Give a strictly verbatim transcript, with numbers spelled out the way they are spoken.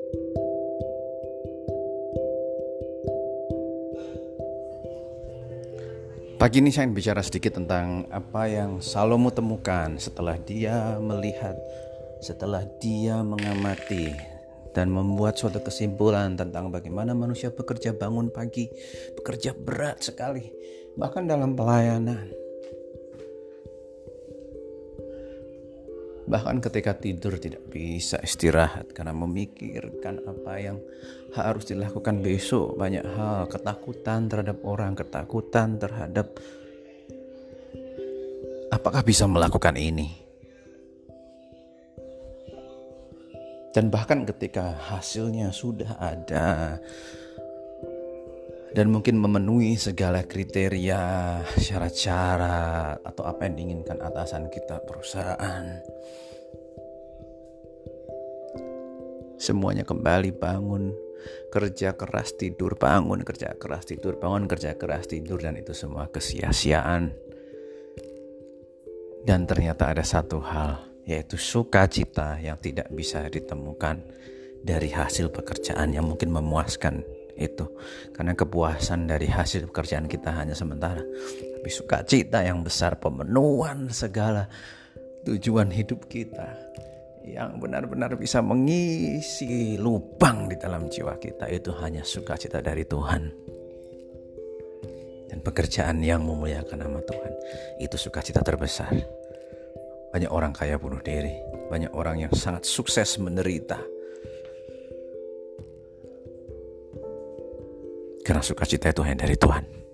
Pagi ini saya ingin bicara sedikit tentang apa yang Salomo temukan setelah dia melihat, setelah dia mengamati dan membuat suatu kesimpulan tentang bagaimana manusia bekerja bangun pagi, bekerja berat sekali, bahkan dalam pelayanan. Bahkan ketika tidur tidak bisa istirahat karena memikirkan apa yang harus dilakukan besok. Banyak hal, ketakutan terhadap orang, ketakutan terhadap apakah bisa melakukan ini. Dan bahkan ketika hasilnya sudah ada dan mungkin memenuhi segala kriteria, syarat-syarat atau apa yang diinginkan atasan kita, perusahaan, semuanya kembali bangun, kerja keras tidur, bangun, kerja keras tidur, bangun, kerja keras tidur, dan itu semua kesia-siaan. Dan ternyata ada satu hal, yaitu sukacita yang tidak bisa ditemukan dari hasil pekerjaan yang mungkin memuaskan itu. Karena kepuasan dari hasil pekerjaan kita hanya sementara, tapi sukacita yang besar, pemenuhan segala tujuan hidup kita yang benar-benar bisa mengisi lubang di dalam jiwa kita, itu hanya sukacita dari Tuhan. Dan pekerjaan yang memuliakan nama Tuhan, itu sukacita terbesar. Banyak orang kaya bunuh diri, banyak orang yang sangat sukses menderita karena sukacita itu hanya dari Tuhan.